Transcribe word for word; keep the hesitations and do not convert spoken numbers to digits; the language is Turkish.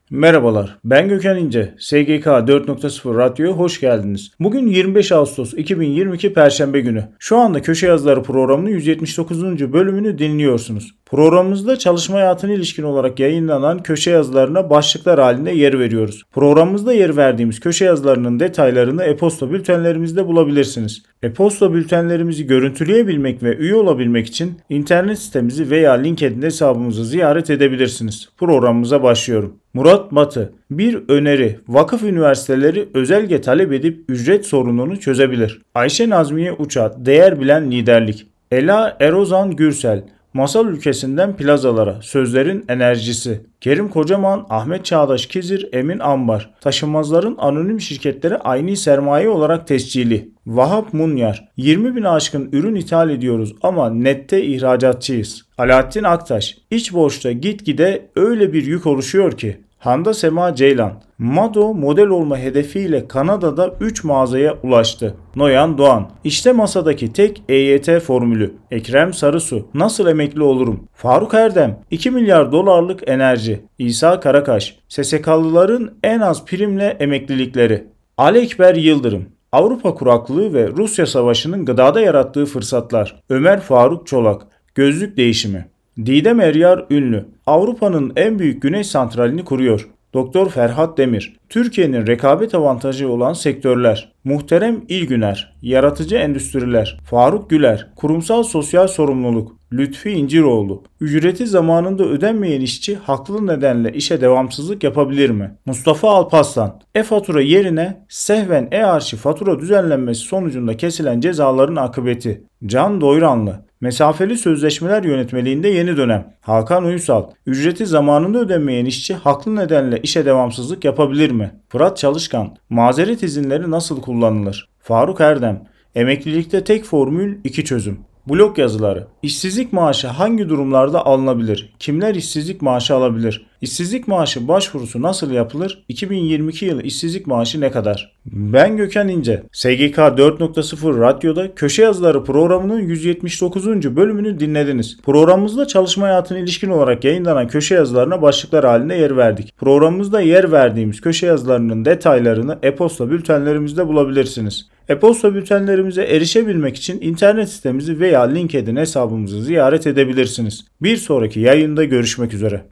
Merhabalar, ben Gökhan İnce. S G K dört nokta sıfır Radyo'ya hoş geldiniz. Bugün yirmi beş Ağustos iki bin yirmi iki Perşembe günü. Şu anda Köşe Yazıları programının yüz yetmiş dokuzuncu bölümünü dinliyorsunuz. Programımızda çalışma hayatına ilişkin olarak yayınlanan köşe yazılarına başlıklar halinde yer veriyoruz. Programımızda yer verdiğimiz köşe yazılarının detaylarını e-posta bültenlerimizde bulabilirsiniz. E-posta bültenlerimizi görüntüleyebilmek ve üye olabilmek için internet sitemizi veya LinkedIn hesabımızı ziyaret edebilirsiniz. Programımıza başlıyorum. Murat Batı, bir öneri: vakıf üniversiteleri özelge talep edip ücret sorununu çözebilir. Ayşe Nazmiye Uçat, değer bilen liderlik. Ela Erozan Gürsel, masal ülkesinden plazalara, sözlerin enerjisi. Kerim Kocaman, Ahmet Çağdaş Kizir, Emin Ambar, taşınmazların anonim şirketlere aynı sermaye olarak tescili. Vahap Munyar, yirmi bin aşkın ürün ithal ediyoruz ama nette ihracatçıyız. Alaaddin Aktaş, iç borçta gitgide öyle bir yük oluşuyor ki. Handa Sema Ceylan, Mado model olma hedefiyle Kanada'da üç mağazaya ulaştı. Noyan Doğan, işte masadaki tek E Y T formülü. Ekrem Sarısu, nasıl emekli olurum? Faruk Erdem, iki milyar dolarlık enerji. İsa Karakaş, S S K'lıların en az primle emeklilikleri. Ali Ekber Yıldırım, Avrupa kuraklığı ve Rusya savaşının gıdada yarattığı fırsatlar. Ömer Faruk Çolak, gözlük değişimi. Didem Eryar Ünlü, Avrupa'nın en büyük güneş santralini kuruyor. Doktor Ferhat Demir, Türkiye'nin rekabet avantajı olan sektörler. Muhterem İlgüner, yaratıcı endüstriler. Faruk Güler, kurumsal sosyal sorumluluk. Lütfi İnciroğlu, ücreti zamanında ödenmeyen işçi haklı nedenle işe devamsızlık yapabilir mi? Mustafa Alparslan, e-fatura yerine sehven e-arşiv fatura düzenlenmesi sonucunda kesilen cezaların akıbeti. Can Doyranlı, mesafeli sözleşmeler yönetmeliğinde yeni dönem. Hakan Uysal, ücreti zamanında ödenmeyen işçi haklı nedenle işe devamsızlık yapabilir mi? Fırat Çalışkan, mazeret izinleri nasıl kullanılır? Faruk Erdem, emeklilikte tek formül iki çözüm. Blog yazıları. İşsizlik maaşı hangi durumlarda alınabilir? Kimler işsizlik maaşı alabilir? İşsizlik maaşı başvurusu nasıl yapılır? iki bin yirmi iki yılı işsizlik maaşı ne kadar? Ben Gökhan İnce. S G K dört nokta sıfır Radyo'da Köşe Yazıları programının yüz yetmiş dokuzuncu bölümünü dinlediniz. Programımızda çalışma hayatına ilişkin olarak yayınlanan köşe yazılarına başlıklar halinde yer verdik. Programımızda yer verdiğimiz köşe yazılarının detaylarını e-posta bültenlerimizde bulabilirsiniz. E-posta bültenlerimize erişebilmek için internet sitemizi veya LinkedIn hesabımızı ziyaret edebilirsiniz. Bir sonraki yayında görüşmek üzere.